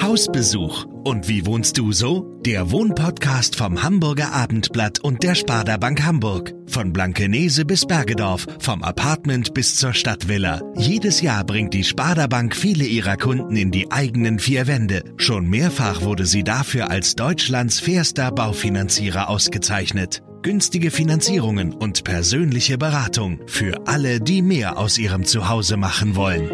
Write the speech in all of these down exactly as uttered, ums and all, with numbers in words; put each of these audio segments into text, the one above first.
Hausbesuch. Und wie wohnst du so? Der Wohnpodcast vom Hamburger Abendblatt und der Sparda Bank Hamburg. Von Blankenese bis Bergedorf, vom Apartment bis zur Stadtvilla. Jedes Jahr bringt die Sparda Bank viele ihrer Kunden in die eigenen vier Wände. Schon mehrfach wurde sie dafür als Deutschlands fairster Baufinanzierer ausgezeichnet. Günstige Finanzierungen und persönliche Beratung für alle, die mehr aus ihrem Zuhause machen wollen.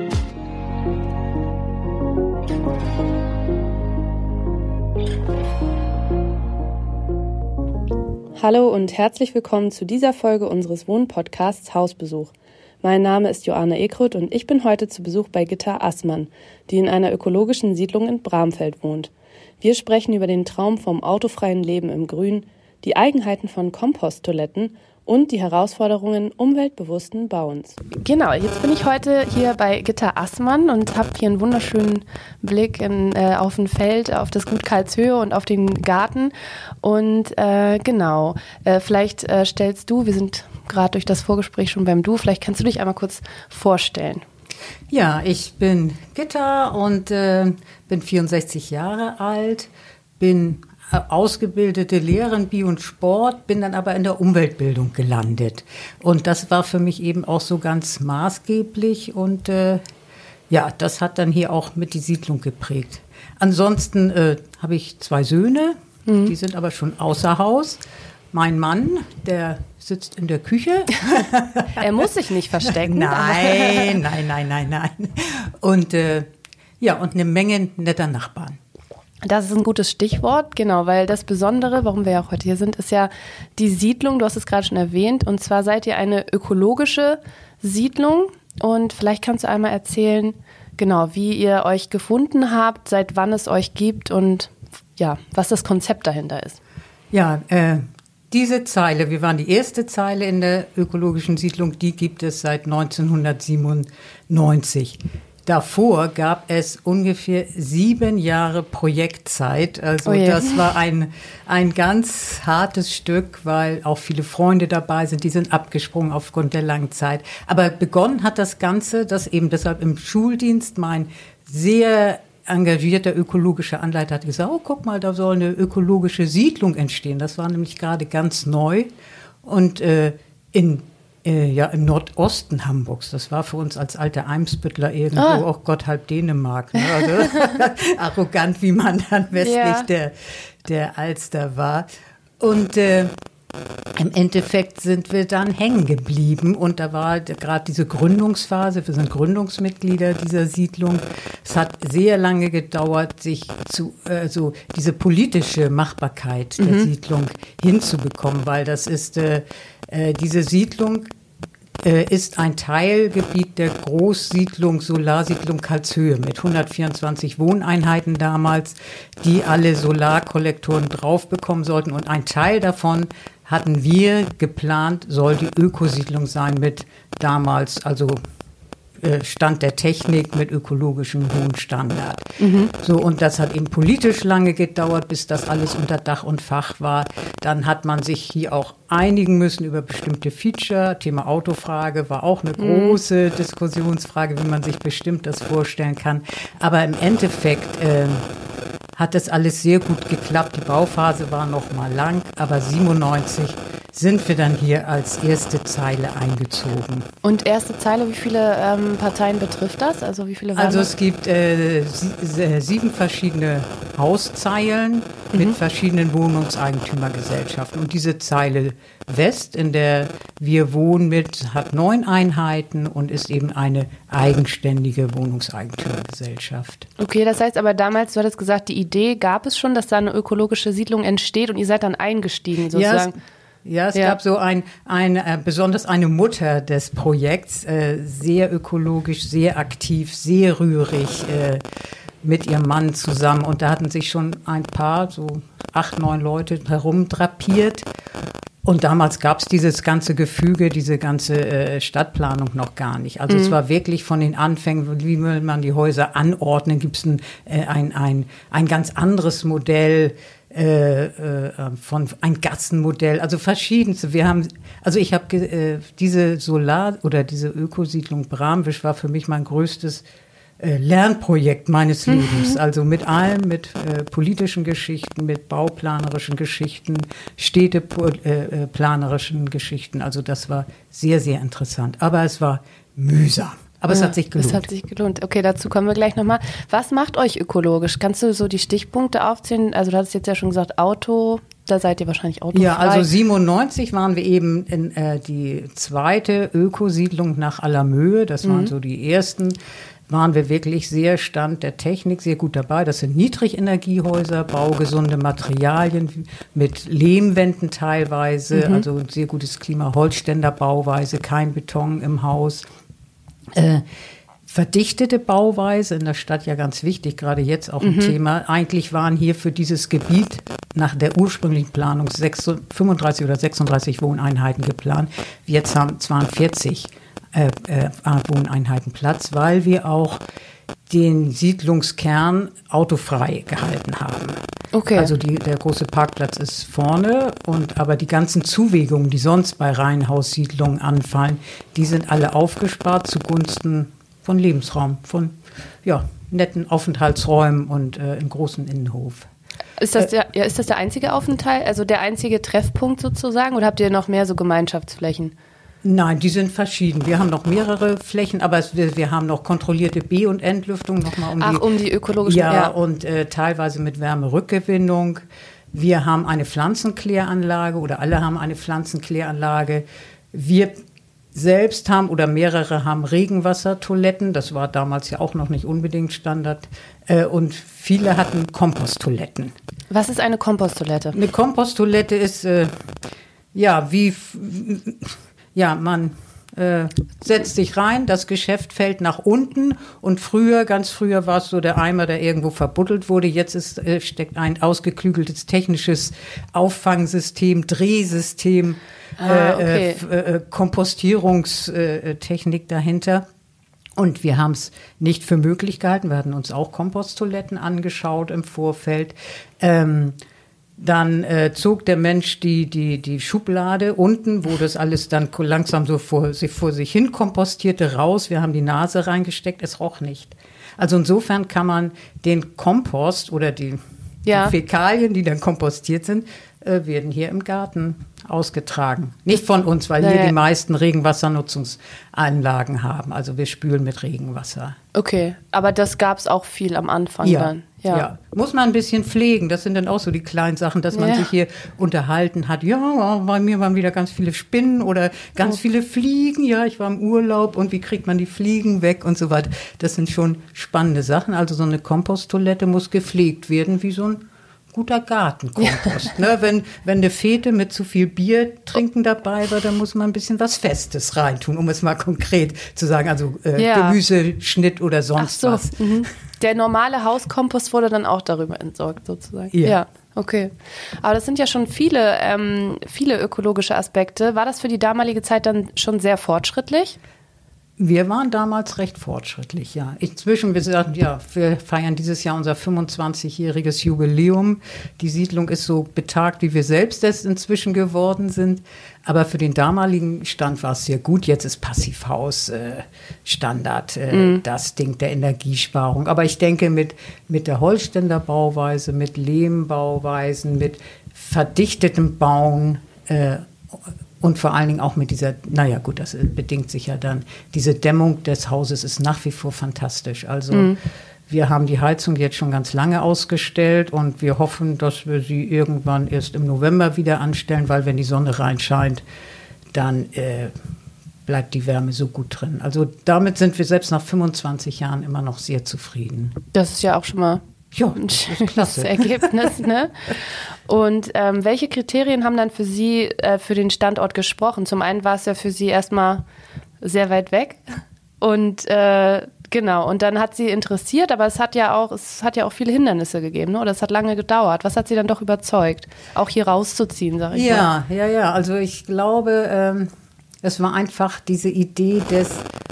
Hallo und herzlich willkommen zu dieser Folge unseres Wohnpodcasts Hausbesuch. Mein Name ist Joanna Ekrut und ich bin heute zu Besuch bei Gitta Assmann, die in einer ökologischen Siedlung in Bramfeld wohnt. Wir sprechen über den Traum vom autofreien Leben im Grün, die Eigenheiten von Komposttoiletten und die Herausforderungen umweltbewussten Bauens. Genau, jetzt bin ich heute hier bei Gitta Assmann und habe hier einen wunderschönen Blick in, äh, auf ein Feld, auf das Gut Karlshöhe und auf den Garten. Und äh, genau, äh, vielleicht äh, stellst du, wir sind gerade durch das Vorgespräch schon beim Du, vielleicht kannst du dich einmal kurz vorstellen. Ja, ich bin Gitta und äh, bin vierundsechzig Jahre alt, bin ausgebildete Lehrerin Bio und Sport, bin dann aber in der Umweltbildung gelandet. Und das war für mich eben auch so ganz maßgeblich und äh, ja, das hat dann hier auch mit die Siedlung geprägt. Ansonsten äh, habe ich zwei Söhne, mhm. die sind aber schon außer Haus. Mein Mann, der sitzt in der Küche. Er muss sich nicht verstecken. Nein, nein, nein, nein, nein. Und äh, ja, und eine Menge netter Nachbarn. Das ist ein gutes Stichwort, genau, weil das Besondere, warum wir ja auch heute hier sind, ist ja die Siedlung, du hast es gerade schon erwähnt, und zwar seid ihr eine ökologische Siedlung und vielleicht kannst du einmal erzählen, genau, wie ihr euch gefunden habt, seit wann es euch gibt und ja, was das Konzept dahinter ist. Ja, äh, diese Zeile, wir waren die erste Zeile in der ökologischen Siedlung, die gibt es seit neunzehnhundertsiebenundneunzig. Davor gab es ungefähr sieben Jahre Projektzeit. Also oh das war ein, ein ganz hartes Stück, weil auch viele Freunde dabei sind. Die sind abgesprungen aufgrund der langen Zeit. Aber begonnen hat das Ganze, dass eben deshalb im Schuldienst mein sehr engagierter ökologischer Anleiter hat gesagt, oh, guck mal, da soll eine ökologische Siedlung entstehen. Das war nämlich gerade ganz neu. Und äh, in Äh, ja, im Nordosten Hamburgs. Das war für uns als alte Eimsbüttler irgendwo, ah. auch Gott halb Dänemark. Ne? Also, arrogant, wie man dann westlich ja. der, der Alster war. Und äh, im Endeffekt sind wir dann hängen geblieben. Und da war gerade diese Gründungsphase. Wir sind Gründungsmitglieder dieser Siedlung. Es hat sehr lange gedauert, sich zu, äh, so diese politische Machbarkeit der mhm. Siedlung hinzubekommen, weil das ist äh, diese Siedlung äh, ist ein Teilgebiet der Großsiedlung, Solarsiedlung Karlshöhe mit hundertvierundzwanzig Wohneinheiten damals, die alle Solarkollektoren drauf bekommen sollten. Und ein Teil davon hatten wir geplant, soll die Ökosiedlung sein mit damals, also Stand der Technik mit ökologischem hohen Standard. Mhm. So, und das hat eben politisch lange gedauert, bis das alles unter Dach und Fach war. Dann hat man sich hier auch einigen müssen über bestimmte Feature. Thema Autofrage war auch eine große mhm. Diskussionsfrage, wie man sich bestimmt das vorstellen kann. Aber im Endeffekt äh, hat das alles sehr gut geklappt. Die Bauphase war noch mal lang, aber siebenundneunzig sind wir dann hier als erste Zeile eingezogen. Und erste Zeile, wie viele ähm, Parteien betrifft das? Also wie viele waren Also das? Es gibt äh, sie, sieben verschiedene Hauszeilen mhm. mit verschiedenen Wohnungseigentümergesellschaften. Und diese Zeile West, in der wir wohnen mit, hat neun Einheiten und ist eben eine eigenständige Wohnungseigentümergesellschaft. Okay, das heißt aber damals, du hattest gesagt, die Idee gab es schon, dass da eine ökologische Siedlung entsteht und ihr seid dann eingestiegen sozusagen. Ja, Ja, es ja. gab so ein, ein äh, besonders eine Mutter des Projekts, äh, sehr ökologisch, sehr aktiv, sehr rührig äh, mit ihrem Mann zusammen. Und da hatten sich schon ein paar, so acht, neun Leute herumdrapiert. Und damals gab es dieses ganze Gefüge, diese ganze äh, Stadtplanung noch gar nicht. Also mhm. es war wirklich von den Anfängen, wie will man die Häuser anordnen, gibt es ein, äh, ein, ein, ein ganz anderes Modell, Äh, äh, von ein Gassenmodell, also verschiedenste. Wir haben, also ich habe äh, diese Solar- oder diese Ökosiedlung Bramwisch war für mich mein größtes äh, Lernprojekt meines Lebens. Also mit allem, mit äh, politischen Geschichten, mit bauplanerischen Geschichten, städteplanerischen äh, Geschichten. Also das war sehr, sehr interessant. Aber es war mühsam. Aber ja, es hat sich gelohnt. Es hat sich gelohnt. Okay, dazu kommen wir gleich nochmal. Was macht euch ökologisch? Kannst du so die Stichpunkte aufzählen? Also du hattest jetzt ja schon gesagt, Auto, da seid ihr wahrscheinlich autofrei. Ja, also siebenundneunzig waren wir eben in äh, die zweite Ökosiedlung nach Allermöhe. Das waren mhm. so die ersten. Waren wir wirklich sehr Stand der Technik, sehr gut dabei. Das sind Niedrigenergiehäuser, baugesunde Materialien mit Lehmwänden teilweise, mhm. also ein sehr gutes Klima, Holzständer Bauweise, kein Beton im Haus. Äh, verdichtete Bauweise in der Stadt ja ganz wichtig, gerade jetzt auch ein mhm. Thema. Eigentlich waren hier für dieses Gebiet nach der ursprünglichen Planung fünfunddreißig oder sechsunddreißig Wohneinheiten geplant. Jetzt haben zweiundvierzig äh, äh, Wohneinheiten Platz, weil wir auch den Siedlungskern autofrei gehalten haben. Okay. Also die, der große Parkplatz ist vorne, und aber die ganzen Zuwegungen, die sonst bei Reihenhaussiedlungen anfallen, die sind alle aufgespart zugunsten von Lebensraum, von ja, netten Aufenthaltsräumen und äh, einem großen Innenhof. Ist das, der, ja, ist das der einzige Aufenthalt, also der einzige Treffpunkt sozusagen, oder habt ihr noch mehr so Gemeinschaftsflächen? Nein, die sind verschieden. Wir haben noch mehrere Flächen, aber es, wir, wir haben noch kontrollierte B- und Entlüftung nochmal um Ach, die, um die ökologische. Ja, ja. und äh, teilweise mit Wärmerückgewinnung. Wir haben eine Pflanzenkläranlage oder alle haben eine Pflanzenkläranlage. Wir selbst haben oder mehrere haben Regenwassertoiletten. Das war damals ja auch noch nicht unbedingt Standard. Äh, und viele hatten Komposttoiletten. Was ist eine Komposttoilette? Eine Komposttoilette ist äh, ja wie ja man äh, setzt sich rein, das Geschäft fällt nach unten, und früher, ganz früher war es so der Eimer, der irgendwo verbuddelt wurde. Jetzt ist, äh, steckt ein ausgeklügeltes technisches Auffangsystem, Drehsystem, ah, okay. äh, äh, Kompostierungstechnik dahinter. Und wir haben es nicht für möglich gehalten. Wir hatten uns auch Komposttoiletten angeschaut im Vorfeld. Ähm, Dann äh, zog der Mensch die, die, die Schublade unten, wo das alles dann langsam so vor, vor sich hin kompostierte, raus. Wir haben die Nase reingesteckt, es roch nicht. Also insofern kann man den Kompost oder die, ja. die Fäkalien, die dann kompostiert sind, äh, werden hier im Garten ausgetragen. Nicht von uns, weil naja. hier die meisten Regenwassernutzungsanlagen haben. Also wir spülen mit Regenwasser. Okay, aber das gab es auch viel am Anfang ja. dann. Ja. ja, muss man ein bisschen pflegen. Das sind dann auch so die kleinen Sachen, dass man ja. sich hier unterhalten hat. Ja, bei mir waren wieder ganz viele Spinnen oder ganz oh. viele Fliegen. Ja, ich war im Urlaub, und wie kriegt man die Fliegen weg und so weiter. Das sind schon spannende Sachen. Also so eine Komposttoilette muss gepflegt werden, wie so ein guter Gartenkompost. Ja. Ne, wenn, wenn eine Fete mit zu viel Bier trinken dabei war, dann muss man ein bisschen was Festes reintun, um es mal konkret zu sagen. Also äh, ja. Gemüseschnitt oder sonst Ach so. was. Mhm. Der normale Hauskompost wurde dann auch darüber entsorgt, sozusagen. Ja. ja. Okay. Aber das sind ja schon viele, ähm, viele ökologische Aspekte. War das für die damalige Zeit dann schon sehr fortschrittlich? Wir waren damals recht fortschrittlich, ja. Inzwischen, wir sagen, ja, wir feiern dieses Jahr unser fünfundzwanzigjähriges Jubiläum. Die Siedlung ist so betagt, wie wir selbst es inzwischen geworden sind. Aber für den damaligen Stand war es sehr gut. Jetzt ist Passivhaus äh, Standard, äh, mhm. das Ding der Energiesparung. Aber ich denke, mit, mit der Holzständer Bauweise, mit Lehmbauweisen, mit verdichtetem Bauen, äh, und vor allen Dingen auch mit dieser, naja gut, das bedingt sich ja dann, diese Dämmung des Hauses ist nach wie vor fantastisch. Also mhm. wir haben die Heizung jetzt schon ganz lange ausgestellt, und wir hoffen, dass wir sie irgendwann erst im November wieder anstellen, weil wenn die Sonne reinscheint, dann äh, bleibt die Wärme so gut drin. Also damit sind wir selbst nach fünfundzwanzig Jahren immer noch sehr zufrieden. Das ist ja auch schon mal ja, das ist klasse. Das Ergebnis, ne? Und ähm, welche Kriterien haben dann für Sie äh, für den Standort gesprochen? Zum einen war es ja für Sie erstmal sehr weit weg, und äh, genau, und dann hat Sie interessiert, aber es hat ja auch, es hat ja auch viele Hindernisse gegeben, ne? Oder es hat lange gedauert. Was hat Sie dann doch überzeugt, auch hier rauszuziehen, sage ich ja, mal? Ja, ja, ja. Also ich glaube, ähm, es war einfach diese Idee des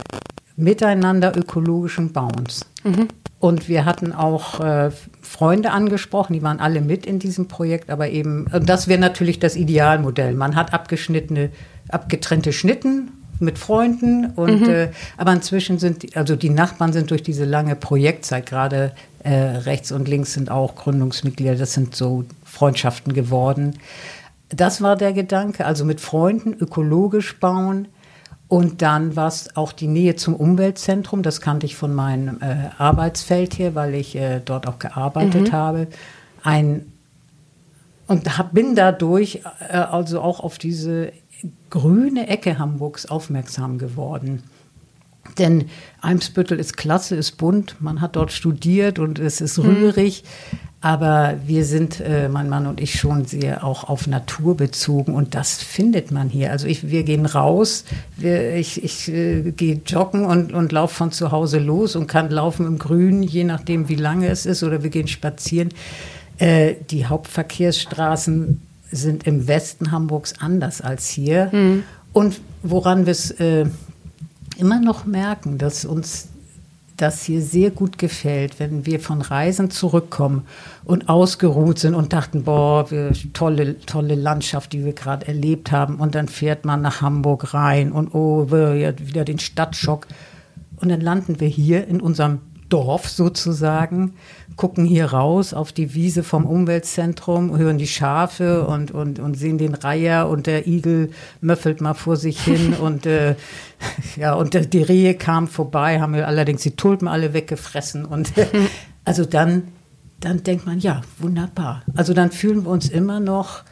miteinander ökologischen Bauens. Mhm. Und wir hatten auch äh, Freunde angesprochen, die waren alle mit in diesem Projekt, aber eben, das wäre natürlich das Idealmodell. Man hat abgeschnittene, abgetrennte Schnitten mit Freunden. Und, Mhm. äh, aber inzwischen sind, also die Nachbarn sind durch diese lange Projektzeit, gerade äh, rechts und links sind auch Gründungsmitglieder, das sind so Freundschaften geworden. Das war der Gedanke, also mit Freunden ökologisch bauen. Und dann war es auch die Nähe zum Umweltzentrum. Das kannte ich von meinem äh, Arbeitsfeld hier, weil ich äh, dort auch gearbeitet mhm. habe. Ein, und hab, bin dadurch äh, also auch auf diese grüne Ecke Hamburgs aufmerksam geworden. Denn Eimsbüttel ist klasse, ist bunt. Man hat dort studiert und es ist rührig. Mhm. Aber wir sind, äh, mein Mann und ich, schon sehr auch auf Natur bezogen und das findet man hier. Also ich, wir gehen raus, wir, ich, ich äh, gehe joggen und, und laufe von zu Hause los und kann laufen im Grün, je nachdem wie lange es ist, oder wir gehen spazieren. Äh, die Hauptverkehrsstraßen sind im Westen Hamburgs anders als hier. Mhm. Und woran wir es äh, immer noch merken, dass uns das hier sehr gut gefällt, wenn wir von Reisen zurückkommen und ausgeruht sind und dachten, boah, wir, tolle, tolle Landschaft, die wir gerade erlebt haben. Und dann fährt man nach Hamburg rein und oh, wir, wieder den Stadtschock. Und dann landen wir hier in unserem Dorf sozusagen, gucken hier raus auf die Wiese vom Umweltzentrum, hören die Schafe und, und, und sehen den Reiher und der Igel möffelt mal vor sich hin und, äh, ja, und die Rehe kamen vorbei, haben wir allerdings die Tulpen alle weggefressen und äh, also dann, dann denkt man, ja, wunderbar. Also dann fühlen wir uns immer noch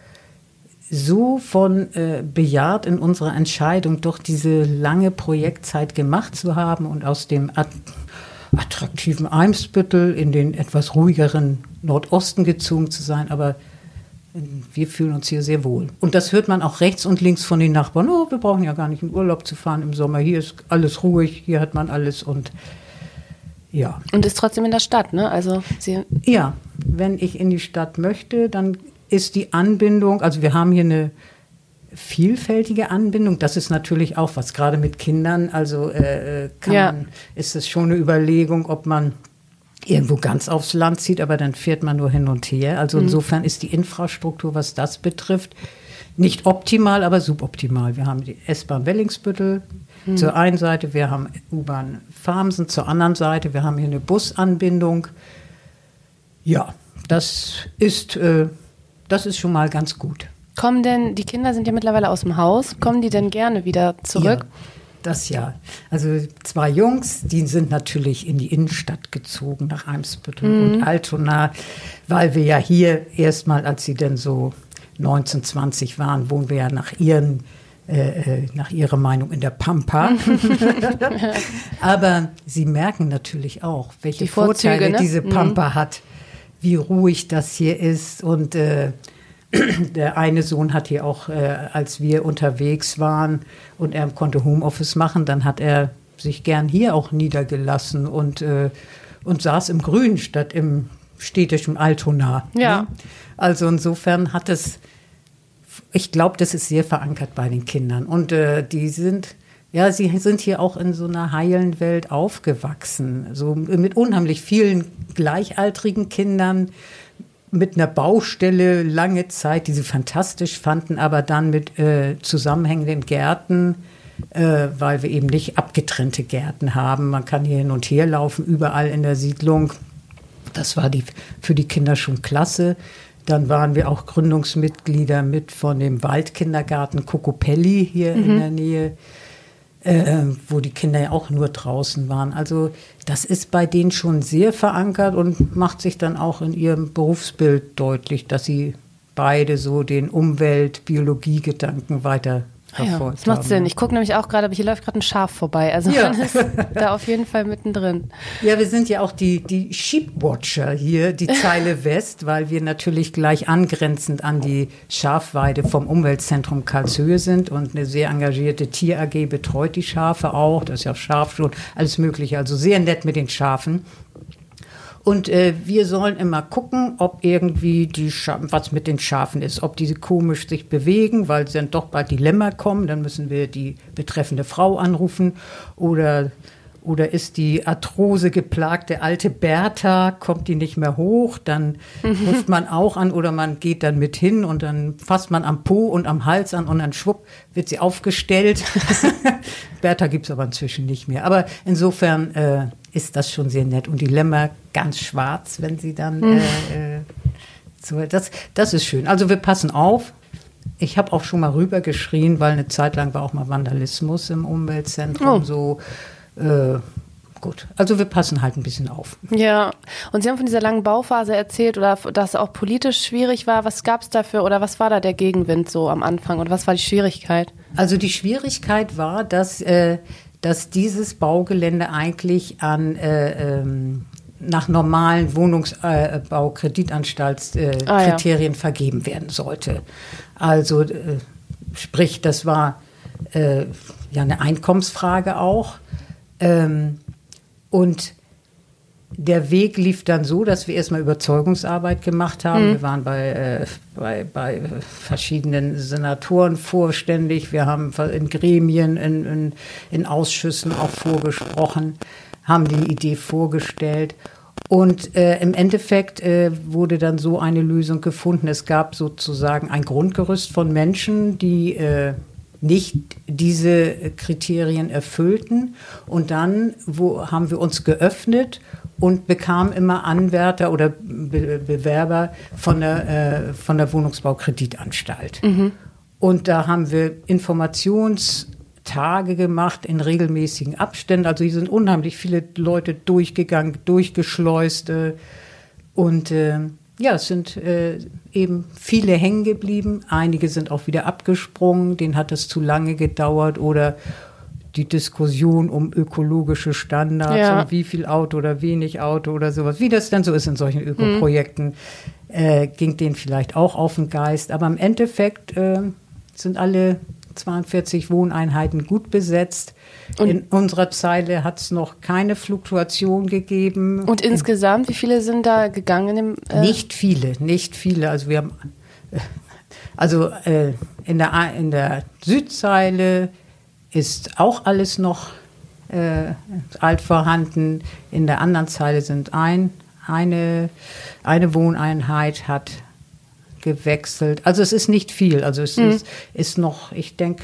so von äh, bejaht in unserer Entscheidung, doch diese lange Projektzeit gemacht zu haben und aus dem At- attraktiven Eimsbüttel in den etwas ruhigeren Nordosten gezogen zu sein, aber wir fühlen uns hier sehr wohl. Und das hört man auch rechts und links von den Nachbarn. Oh, wir brauchen ja gar nicht in Urlaub zu fahren im Sommer. Hier ist alles ruhig, hier hat man alles und ja. Und ist trotzdem in der Stadt, ne? Also Sie ja, wenn ich in die Stadt möchte, dann ist die Anbindung, also wir haben hier eine vielfältige Anbindung, das ist natürlich auch was, gerade mit Kindern, also äh, kann ja. man, ist es schon eine Überlegung, ob man irgendwo ganz aufs Land zieht, aber dann fährt man nur hin und her. Also mhm. insofern ist die Infrastruktur, was das betrifft, nicht optimal, aber suboptimal. Wir haben die S-Bahn Wellingsbüttel mhm. zur einen Seite, wir haben U-Bahn Farmsen zur anderen Seite, wir haben hier eine Busanbindung. Ja, das ist, äh, das ist schon mal ganz gut. Kommen denn, die Kinder sind ja mittlerweile aus dem Haus, kommen die denn gerne wieder zurück? Ja, das ja. Also zwei Jungs, die sind natürlich in die Innenstadt gezogen, nach Eimsbüttel mhm. und Altona, weil wir ja hier erstmal, als sie denn so neunzehn, zwanzig waren, wohnen wir ja nach ihren, äh, nach ihrer Meinung in der Pampa. Aber sie merken natürlich auch, welche die Vorzüge, Vorteile ne? diese Pampa mhm. hat, wie ruhig das hier ist und äh, der eine Sohn hat hier auch, äh, als wir unterwegs waren und er konnte Homeoffice machen, dann hat er sich gern hier auch niedergelassen und, äh, und saß im Grün statt im städtischen Altona. Ja. Ne? Also insofern hat es, ich glaube, das ist sehr verankert bei den Kindern. Und äh, die sind, ja, sie sind hier auch in so einer heilen Welt aufgewachsen, so mit unheimlich vielen gleichaltrigen Kindern, mit einer Baustelle lange Zeit, die sie fantastisch fanden, aber dann mit äh, zusammenhängenden Gärten, äh, weil wir eben nicht abgetrennte Gärten haben. Man kann hier hin und her laufen, überall in der Siedlung. Das war die, für die Kinder schon klasse. Dann waren wir auch Gründungsmitglieder mit von dem Waldkindergarten Kokopelli hier mhm. in der Nähe, äh, wo die Kinder ja auch nur draußen waren. Also das ist bei denen schon sehr verankert und macht sich dann auch in ihrem Berufsbild deutlich, dass sie beide so den Umwelt-Biologie-Gedanken weiter verfolgt ja, das macht haben. Sinn. Ich gucke nämlich auch gerade, aber hier läuft gerade ein Schaf vorbei. Also ja. man ist da auf jeden Fall mittendrin. Ja, wir sind ja auch die, die Sheepwatcher hier, die Zeile West, weil wir natürlich gleich angrenzend an die Schafweide vom Umweltzentrum Karlshöhe sind und eine sehr engagierte Tier-A G betreut die Schafe auch. Das ist ja Schafschutz, alles Mögliche. Also sehr nett mit den Schafen. Und äh, wir sollen immer gucken, ob irgendwie die Scha- was mit den Schafen ist, ob diese komisch sich bewegen, weil dann doch bald die Lämmer kommen, dann müssen wir die betreffende Frau anrufen oder Oder ist die Arthrose geplagte alte Bertha, kommt die nicht mehr hoch, dann mhm. ruft man auch an oder man geht dann mit hin und dann fasst man am Po und am Hals an und dann schwupp wird sie aufgestellt. Bertha gibt's aber inzwischen nicht mehr. Aber insofern äh, ist das schon sehr nett. Und die Lämmer ganz schwarz, wenn sie dann... Mhm. Äh, äh, so, das, das ist schön. Also wir passen auf. Ich habe auch schon mal rübergeschrien, weil eine Zeit lang war auch mal Vandalismus im Umweltzentrum. Oh. So... Äh, gut, also wir passen halt ein bisschen auf. Ja, und Sie haben von dieser langen Bauphase erzählt oder dass es auch politisch schwierig war. Was gab es dafür oder was war da der Gegenwind so am Anfang und was war die Schwierigkeit? Also die Schwierigkeit war, dass, äh, dass dieses Baugelände eigentlich an äh, ähm, nach normalen Wohnungsbaukreditanstalt-Kriterien äh, ah, ja. vergeben werden sollte. Also äh, sprich, das war äh, ja eine Einkommensfrage auch. Ähm, und der Weg lief dann so, dass wir erstmal Überzeugungsarbeit gemacht haben. Mhm. Wir waren bei, äh, bei, bei verschiedenen Senatoren vorständig. Wir haben in Gremien, in, in, in Ausschüssen auch vorgesprochen, haben die Idee vorgestellt. Und äh, im Endeffekt äh, wurde dann so eine Lösung gefunden. Es gab sozusagen ein Grundgerüst von Menschen, die äh, nicht diese Kriterien erfüllten. Und dann wo, haben wir uns geöffnet und bekamen immer Anwärter oder Be- Bewerber von der, äh, von der Wohnungsbaukreditanstalt. Mhm. Und da haben wir Informationstage gemacht in regelmäßigen Abständen. Also hier sind unheimlich viele Leute durchgegangen, durchgeschleust. Äh, und äh, ja, es sind äh, eben viele hängen geblieben. Einige sind auch wieder abgesprungen. Denen hat es zu lange gedauert. Oder die Diskussion um ökologische Standards, ja. um wie viel Auto oder wenig Auto oder sowas. Wie das dann so ist in solchen Ökoprojekten, mhm. äh, ging denen vielleicht auch auf den Geist. Aber im Endeffekt äh, sind alle zweiundvierzig Wohneinheiten gut besetzt. Und in unserer Zeile hat es noch keine Fluktuation gegeben. Und insgesamt, wie viele sind da gegangen? Im, äh nicht viele, nicht viele. Also wir haben, äh, also äh, in der in der Südzeile ist auch alles noch äh, alt vorhanden. In der anderen Zeile sind ein eine eine Wohneinheit hat gewechselt. Also es ist nicht viel. Also es mhm. ist, ist noch, ich denke,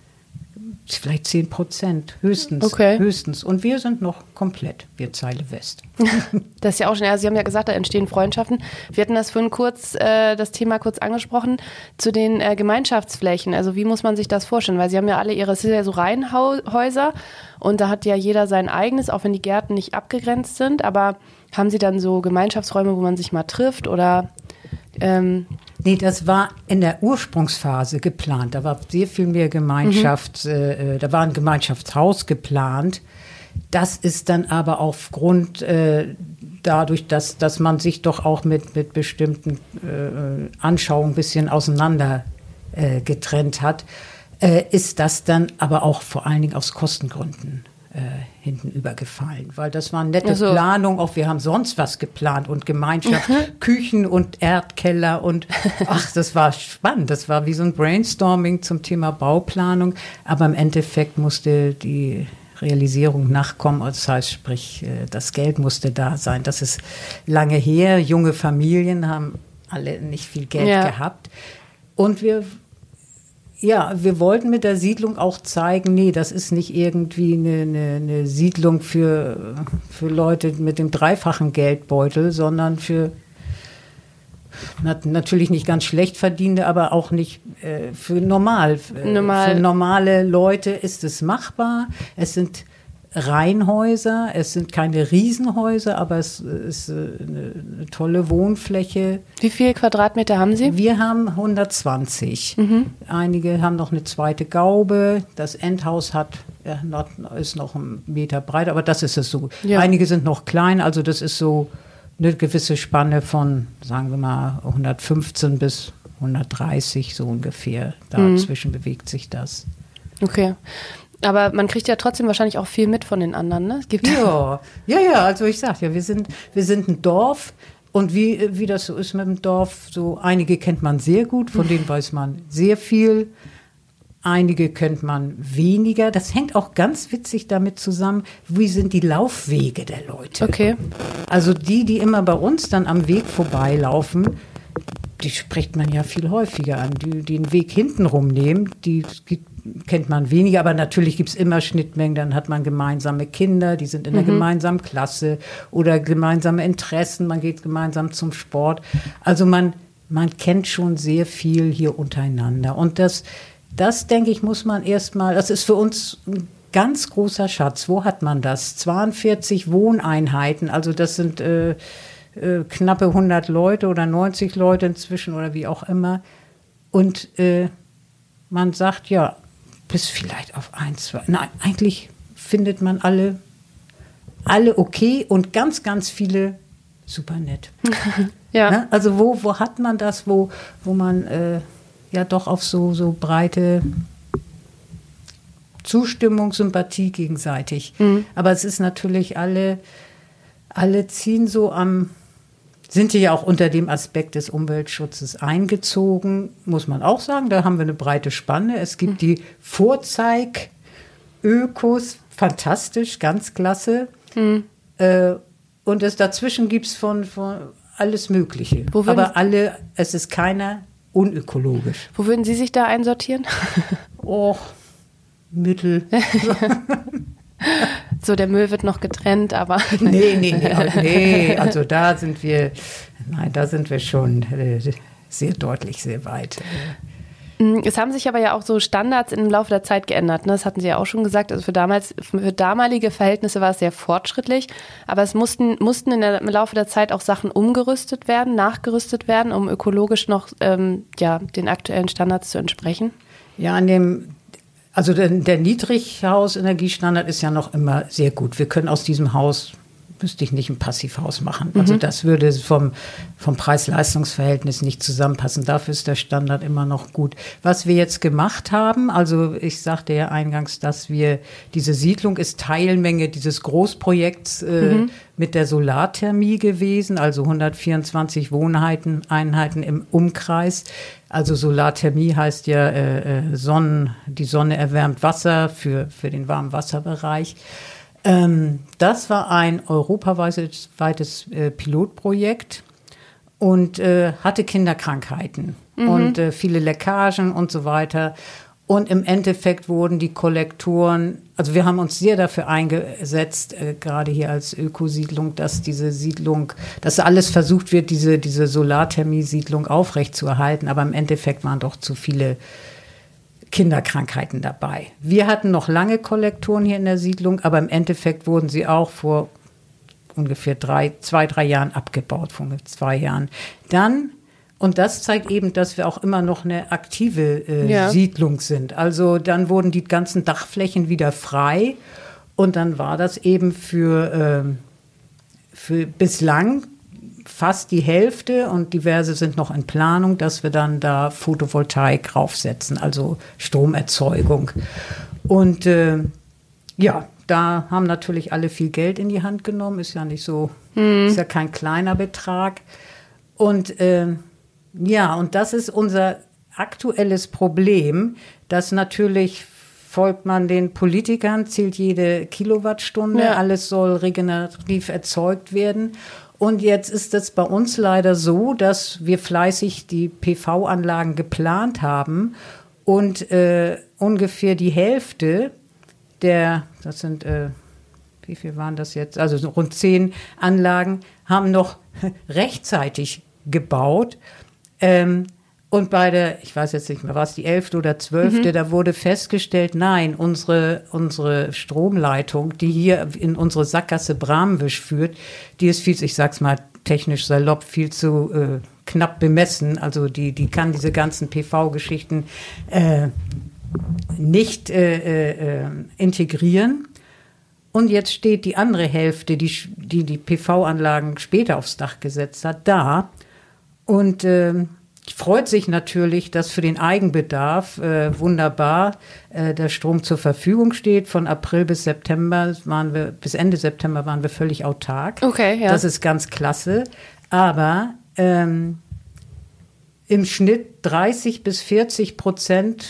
vielleicht zehn Prozent höchstens. Okay. höchstens. Und wir sind noch komplett, wir Zeile West. Das ist ja auch schon, ja, Sie haben ja gesagt, da entstehen Freundschaften. Wir hatten das vorhin kurz, äh, das Thema kurz angesprochen, zu den äh, Gemeinschaftsflächen. Also wie muss man sich das vorstellen? Weil Sie haben ja alle Ihre, es sind ja so Reihenhäuser und da hat ja jeder sein eigenes, auch wenn die Gärten nicht abgegrenzt sind. Aber haben Sie dann so Gemeinschaftsräume, wo man sich mal trifft oder... Ähm Nee, das war in der Ursprungsphase geplant. Da war sehr viel mehr Gemeinschaft, mhm. äh, da war ein Gemeinschaftshaus geplant. Das ist dann aber aufgrund, äh, dadurch, dass, dass man sich doch auch mit, mit bestimmten äh, Anschauungen ein bisschen auseinander äh, getrennt hat, äh, ist das dann aber auch vor allen Dingen aus Kostengründen Äh, hinten übergefallen, weil das war eine nette also. Planung, auch wir haben sonst was geplant und Gemeinschaft, Küchen und Erdkeller und ach, das war spannend, das war wie so ein Brainstorming zum Thema Bauplanung, aber im Endeffekt musste die Realisierung nachkommen, das heißt, sprich, das Geld musste da sein, das ist lange her, junge Familien haben alle nicht viel Geld ja. gehabt und wir Ja, wir wollten mit der Siedlung auch zeigen, nee, das ist nicht irgendwie eine, eine, eine Siedlung für, für Leute mit dem dreifachen Geldbeutel, sondern für nat- natürlich nicht ganz schlecht verdienende, aber auch nicht äh, für normal. normal. Für normale Leute ist es machbar. Es sind Reihenhäuser, es sind keine Riesenhäuser, aber es ist eine, eine tolle Wohnfläche. Wie viele Quadratmeter haben Sie? Wir haben hundertzwanzig. Mhm. Einige haben noch eine zweite Gaube. Das Endhaus hat, ja, noch, ist noch einen Meter breit, aber das ist es so. Ja. Einige sind noch klein, also das ist so eine gewisse Spanne von, sagen wir mal, hundertfünfzehn bis hundertdreißig, so ungefähr. Dazwischen mhm. bewegt sich das. Okay. Aber man kriegt ja trotzdem wahrscheinlich auch viel mit von den anderen, ne? Es gibt ja, ja, ja, also ich sag ja, wir sind, wir sind ein Dorf und wie, wie das so ist mit dem Dorf, so einige kennt man sehr gut, von denen weiß man sehr viel Einige könnte man weniger. Das hängt auch ganz witzig damit zusammen, wie sind die Laufwege der Leute. Okay. Also die, die immer bei uns dann am Weg vorbeilaufen, die spricht man ja viel häufiger an. Die, die den Weg hintenrum nehmen, die kennt man weniger. Aber natürlich gibt es immer Schnittmengen. Dann hat man gemeinsame Kinder, die sind in der mhm. gemeinsamen Klasse oder gemeinsame Interessen. Man geht gemeinsam zum Sport. Also man, man kennt schon sehr viel hier untereinander. Und das Das, denke ich, muss man erstmal, das ist für uns ein ganz großer Schatz. Wo hat man das? zweiundvierzig Wohneinheiten, also das sind äh, äh, knappe hundert Leute oder neunzig Leute inzwischen oder wie auch immer. Und äh, man sagt, ja, bis vielleicht auf ein, zwei. Nein, eigentlich findet man alle, alle okay und ganz, ganz viele super nett. Ja. Ne? Also wo, wo hat man das, wo, wo man äh, ja doch auf so, so breite Zustimmung, Sympathie gegenseitig. Mhm. Aber es ist natürlich, alle, alle ziehen so am, sind ja auch unter dem Aspekt des Umweltschutzes eingezogen, muss man auch sagen. Da haben wir eine breite Spanne. Es gibt mhm. die Vorzeig-Ökos, fantastisch, ganz klasse. Mhm. Äh, und es dazwischen gibt es von, von alles Mögliche. Aber alle, es ist keiner unökologisch. Wo würden Sie sich da einsortieren? Och, Mittel. So, der Müll wird noch getrennt, aber... Nee, nee, nee, nee, also da sind wir, nein, da sind wir schon sehr deutlich, sehr weit. Es haben sich aber ja auch so Standards im Laufe der Zeit geändert. Ne? Das hatten Sie ja auch schon gesagt. Also für, damals, für damalige Verhältnisse war es sehr fortschrittlich. Aber es mussten, mussten in der, im Laufe der Zeit auch Sachen umgerüstet werden, nachgerüstet werden, um ökologisch noch ähm, ja, den aktuellen Standards zu entsprechen. Ja, an dem, also der, der Niedrighausenergiestandard ist ja noch immer sehr gut. Wir können aus diesem Haus, müsste ich nicht ein Passivhaus machen. Also mhm. das würde vom, vom Preis-Leistungs-Verhältnis nicht zusammenpassen. Dafür ist der Standard immer noch gut. Was wir jetzt gemacht haben, also ich sagte ja eingangs, dass wir, diese Siedlung ist Teilmenge dieses Großprojekts äh, mhm. mit der Solarthermie gewesen, also hundertvierundzwanzig Wohneinheiten Einheiten im Umkreis. Also Solarthermie heißt ja äh, Sonnen, die Sonne erwärmt Wasser für, für den Warmwasserbereich. Ähm, das war ein europaweites äh, Pilotprojekt und äh, hatte Kinderkrankheiten mhm. und äh, viele Leckagen und so weiter. Und im Endeffekt wurden die Kollektoren, also wir haben uns sehr dafür eingesetzt, äh, gerade hier als Ökosiedlung, dass diese Siedlung, dass alles versucht wird, diese, diese Solarthermie-Siedlung aufrechtzuerhalten. Aber im Endeffekt waren doch zu viele Kinderkrankheiten dabei. Wir hatten noch lange Kollektoren hier in der Siedlung, aber im Endeffekt wurden sie auch vor ungefähr drei, zwei, drei Jahren abgebaut, vor zwei Jahren. Dann, und das zeigt eben, dass wir auch immer noch eine aktive äh, ja. Siedlung sind. Also dann wurden die ganzen Dachflächen wieder frei und dann war das eben für, äh, für bislang fast die Hälfte und diverse sind noch in Planung, dass wir dann da Photovoltaik raufsetzen, also Stromerzeugung. Und äh, ja, da haben natürlich alle viel Geld in die Hand genommen, ist ja nicht so, mhm. ist ja kein kleiner Betrag. Und äh, ja, und das ist unser aktuelles Problem, dass natürlich folgt man den Politikern, zählt jede Kilowattstunde, ja. alles soll regenerativ erzeugt werden. Und jetzt ist es bei uns leider so, dass wir fleißig die P V-Anlagen geplant haben und äh, ungefähr die Hälfte der, das sind, äh, wie viel waren das jetzt? Also so rund zehn Anlagen haben noch rechtzeitig gebaut. Ähm, Und bei der, ich weiß jetzt nicht mehr, war es die elfte oder zwölfte, mhm. da wurde festgestellt, nein, unsere, unsere Stromleitung, die hier in unsere Sackgasse Bramwisch führt, die ist viel, ich sag's mal technisch salopp, viel zu äh, knapp bemessen. Also die, die kann diese ganzen P V-Geschichten äh, nicht äh, äh, integrieren. Und jetzt steht die andere Hälfte, die die, die P V-Anlagen später aufs Dach gesetzt hat, da. Und äh, freut sich natürlich, dass für den Eigenbedarf äh, wunderbar äh, der Strom zur Verfügung steht. Von April bis September waren wir, bis Ende September waren wir völlig autark. Okay, ja. Das ist ganz klasse. Aber ähm, im Schnitt dreißig bis vierzig Prozent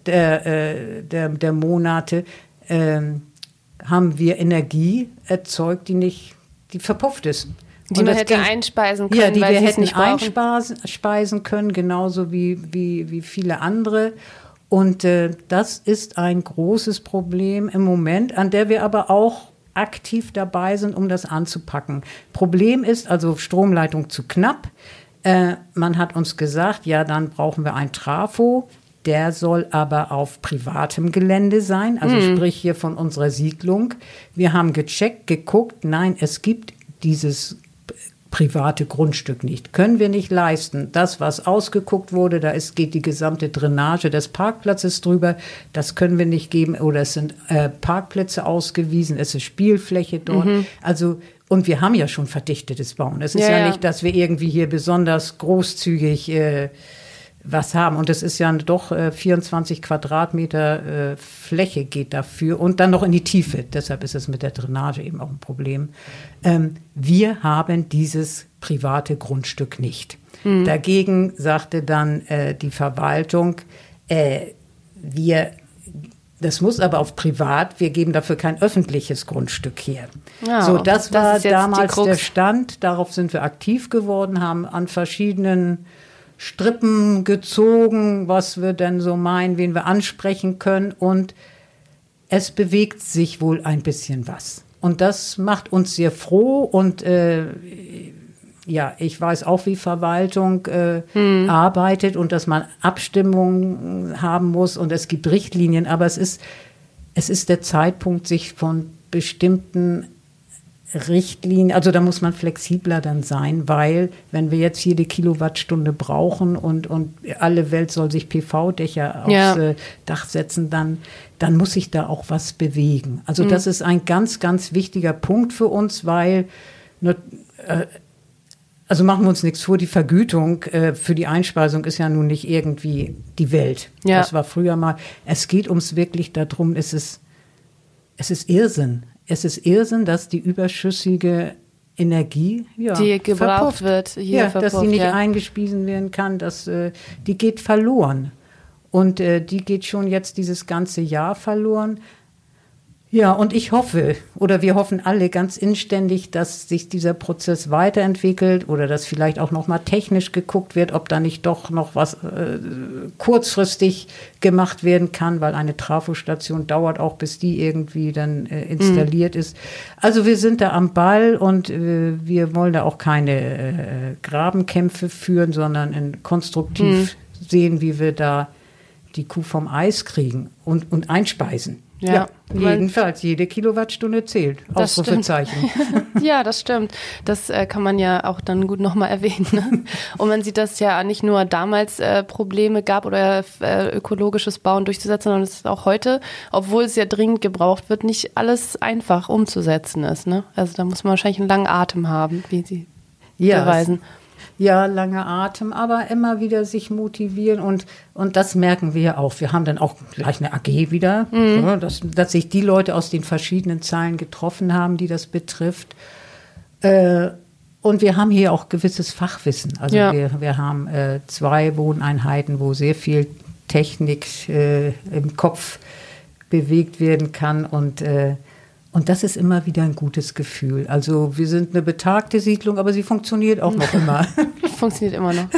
der, äh, der, der Monate äh, haben wir Energie erzeugt, die nicht, die verpufft ist. Die man hätte ging, einspeisen können, ja, die weil wir sie hätten es nicht einspeisen können, genauso wie, wie, wie viele andere. Und äh, das ist ein großes Problem im Moment, an der wir aber auch aktiv dabei sind, um das anzupacken. Problem ist also Stromleitung zu knapp. Äh, man hat uns gesagt, ja, dann brauchen wir ein Trafo. Der soll aber auf privatem Gelände sein, also mhm. sprich hier von unserer Siedlung. Wir haben gecheckt, geguckt, nein, es gibt dieses private Grundstück nicht. Können wir nicht leisten. Das, was ausgeguckt wurde, da ist, geht die gesamte Drainage des Parkplatzes drüber. Das können wir nicht geben. Oder es sind äh, Parkplätze ausgewiesen, es ist Spielfläche dort. Mhm. Also, und wir haben ja schon verdichtetes Bauen. Es ist ja, ja, ja nicht, dass wir irgendwie hier besonders großzügig äh, was haben. Und es ist ja doch äh, vierundzwanzig Quadratmeter äh, Fläche geht dafür und dann noch in die Tiefe. Deshalb ist es mit der Drainage eben auch ein Problem. Ähm, wir haben dieses private Grundstück nicht. Mhm. Dagegen sagte dann äh, die Verwaltung, äh, wir, das muss aber auf privat, wir geben dafür kein öffentliches Grundstück hier. Ja, so, das, das war damals der Stand. Darauf sind wir aktiv geworden, haben an verschiedenen Strippen gezogen, was wir denn so meinen, wen wir ansprechen können. Und es bewegt sich wohl ein bisschen was. Und das macht uns sehr froh. Und äh, ja, ich weiß auch, wie Verwaltung äh, hm. arbeitet und dass man Abstimmungen haben muss. Und es gibt Richtlinien. Aber es ist, es ist der Zeitpunkt, sich von bestimmten Richtlinien, also da muss man flexibler dann sein, weil wenn wir jetzt jede Kilowattstunde brauchen und, und alle Welt soll sich P V-Dächer aufs ja. äh, Dach setzen, dann, dann muss sich da auch was bewegen. Also mhm. das ist ein ganz, ganz wichtiger Punkt für uns, weil, ne, äh, also machen wir uns nichts vor, die Vergütung äh, für die Einspeisung ist ja nun nicht irgendwie die Welt. Ja. Das war früher mal. Es geht ums wirklich darum, es ist, es ist Irrsinn. Es ist Irrsinn, dass die überschüssige Energie ja, die gebraucht verpufft. wird, hier ja, verpufft, dass sie nicht ja. eingespiesen werden kann, dass äh, die geht verloren. Und äh, die geht schon jetzt dieses ganze Jahr verloren. Ja, und ich hoffe, oder wir hoffen alle ganz inständig, dass sich dieser Prozess weiterentwickelt oder dass vielleicht auch noch mal technisch geguckt wird, ob da nicht doch noch was äh, kurzfristig gemacht werden kann, weil eine Trafostation dauert auch, bis die irgendwie dann äh, installiert mhm. ist. Also wir sind da am Ball und äh, wir wollen da auch keine äh, Grabenkämpfe führen, sondern in konstruktiv mhm. sehen, wie wir da die Kuh vom Eis kriegen und, und einspeisen. Ja, ja, jedenfalls, jede Kilowattstunde zählt. Ausrufezeichen. Ja, das stimmt. Das äh, kann man ja auch dann gut nochmal erwähnen. Ne? Und man sieht, dass es ja nicht nur damals äh, Probleme gab oder äh, ökologisches Bauen durchzusetzen, sondern es ist auch heute, obwohl es ja dringend gebraucht wird, nicht alles einfach umzusetzen ist. Ne? Also da muss man wahrscheinlich einen langen Atem haben, wie Sie ja, beweisen. Ja, lange Atem, aber immer wieder sich motivieren und, und das merken wir auch. Wir haben dann auch gleich eine A G wieder, mhm. so, dass, dass sich die Leute aus den verschiedenen Zahlen getroffen haben, die das betrifft. Äh, und wir haben hier auch gewisses Fachwissen. Also ja. wir, wir haben äh, zwei Wohneinheiten, wo sehr viel Technik äh, im Kopf bewegt werden kann und äh, Und das ist immer wieder ein gutes Gefühl. Also wir sind eine betagte Siedlung, aber sie funktioniert auch noch immer. Funktioniert immer noch.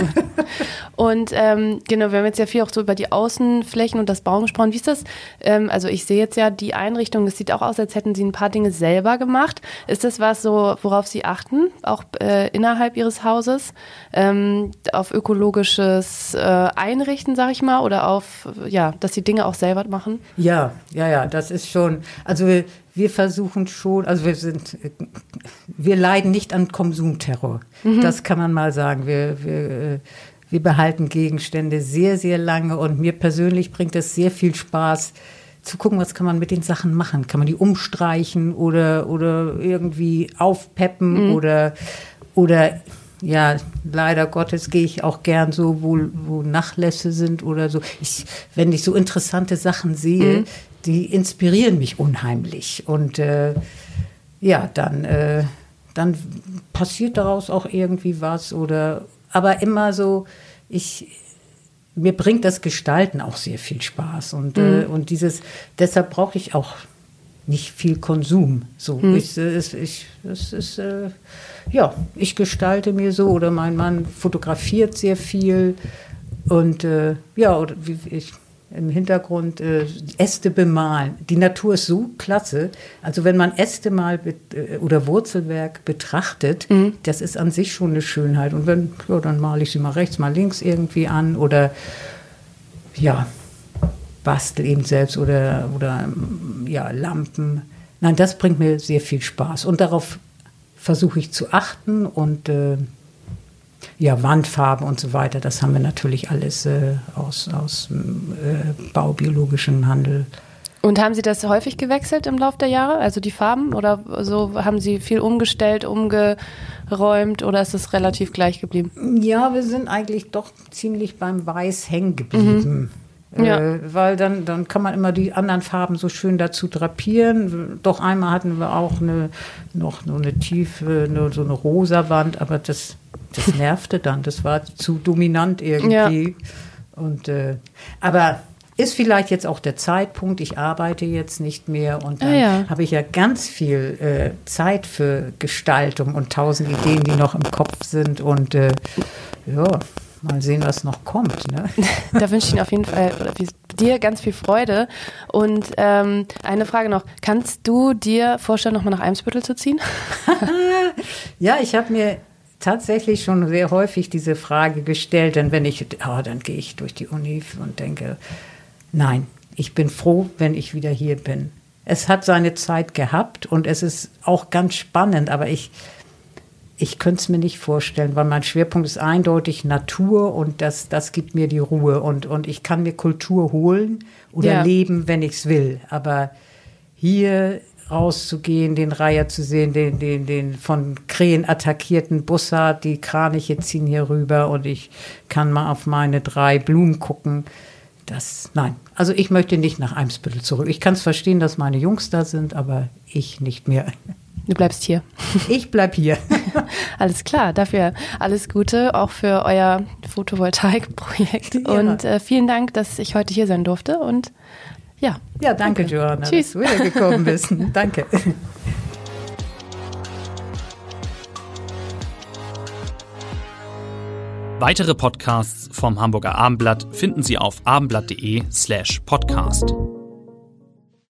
Und ähm, genau, wir haben jetzt ja viel auch so über die Außenflächen und das Bauen gesprochen. Wie ist das? Ähm, also ich sehe jetzt ja die Einrichtung, das sieht auch aus, als hätten Sie ein paar Dinge selber gemacht. Ist das was so, worauf Sie achten, auch äh, innerhalb Ihres Hauses? Ähm, auf ökologisches äh, Einrichten, sag ich mal, oder auf, ja, dass Sie Dinge auch selber machen? Ja, ja, ja, das ist schon, also wir, wir versuchen schon, also wir sind, wir leiden nicht an Konsumterror. Mhm. Das kann man mal sagen. Wir, wir, wir behalten Gegenstände sehr, sehr lange und mir persönlich bringt es sehr viel Spaß, zu gucken, was kann man mit den Sachen machen. Kann man die umstreichen oder, oder irgendwie aufpeppen mhm. oder, oder ja, leider Gottes gehe ich auch gern so, wo, wo Nachlässe sind oder so. Ich, wenn ich so interessante Sachen sehe, mhm. die inspirieren mich unheimlich. Und äh, ja, dann, äh, dann passiert daraus auch irgendwie was. Oder, aber immer so, ich, mir bringt das Gestalten auch sehr viel Spaß. Und, mhm. äh, und dieses, deshalb brauche ich auch nicht viel Konsum. So, mhm. ich, ich, ich, es ist, äh, ja, ich gestalte mir so, oder mein Mann fotografiert sehr viel. Und äh, ja, oder wie ich im Hintergrund äh, Äste bemalen. Die Natur ist so klasse. Also wenn man Äste mal be- oder Wurzelwerk betrachtet, mhm. das ist an sich schon eine Schönheit. Und wenn, ja, dann male ich sie mal rechts, mal links irgendwie an oder ja, bastel eben selbst oder, oder ja, Lampen. Nein, das bringt mir sehr viel Spaß. Und darauf versuche ich zu achten und äh, ja, Wandfarben und so weiter, das haben wir natürlich alles äh, aus, aus äh, baubiologischem Handel. Und haben Sie das häufig gewechselt im Laufe der Jahre, also die Farben? Oder so haben Sie viel umgestellt, umgeräumt oder ist es relativ gleich geblieben? Ja, wir sind eigentlich doch ziemlich beim Weiß hängen geblieben. Mhm. Ja. Äh, weil dann, dann kann man immer die anderen Farben so schön dazu drapieren. Doch einmal hatten wir auch eine, noch so eine tiefe, eine, so eine rosa Wand, aber das, das nervte dann. Das war zu dominant irgendwie. Ja. Und, äh, aber ist vielleicht jetzt auch der Zeitpunkt, ich arbeite jetzt nicht mehr und dann ah, ja. habe ich ja ganz viel äh, Zeit für Gestaltung und tausend Ideen, die noch im Kopf sind und äh, ja, mal sehen, was noch kommt. Ne? Da wünsche ich Ihnen auf jeden Fall oder dir ganz viel Freude. Und ähm, eine Frage noch, kannst du dir vorstellen, nochmal nach Eimsbüttel zu ziehen? Ja, ich habe mir tatsächlich schon sehr häufig diese Frage gestellt, denn wenn ich, oh, dann gehe ich durch die Uni und denke, nein, ich bin froh, wenn ich wieder hier bin. Es hat seine Zeit gehabt und es ist auch ganz spannend, aber ich, ich könnte es mir nicht vorstellen, weil mein Schwerpunkt ist eindeutig Natur und das, das gibt mir die Ruhe und, und ich kann mir Kultur holen oder ja. leben, wenn ich es will, aber hier rauszugehen, den Reiher zu sehen, den, den, den von Krähen attackierten Bussard, die Kraniche ziehen hier rüber und ich kann mal auf meine drei Blumen gucken. Das, nein, also ich möchte nicht nach Eimsbüttel zurück. Ich kann es verstehen, dass meine Jungs da sind, aber ich nicht mehr. Du bleibst hier. Ich bleib hier. Alles klar, dafür alles Gute, auch für euer Photovoltaikprojekt. Ja. Und äh, vielen Dank, dass ich heute hier sein durfte und ja. Ja, danke, danke. Joanna, Tschüss. Dass du wiedergekommen bist. Danke. Weitere Podcasts vom Hamburger Abendblatt finden Sie auf abendblatt punkt de slash podcast.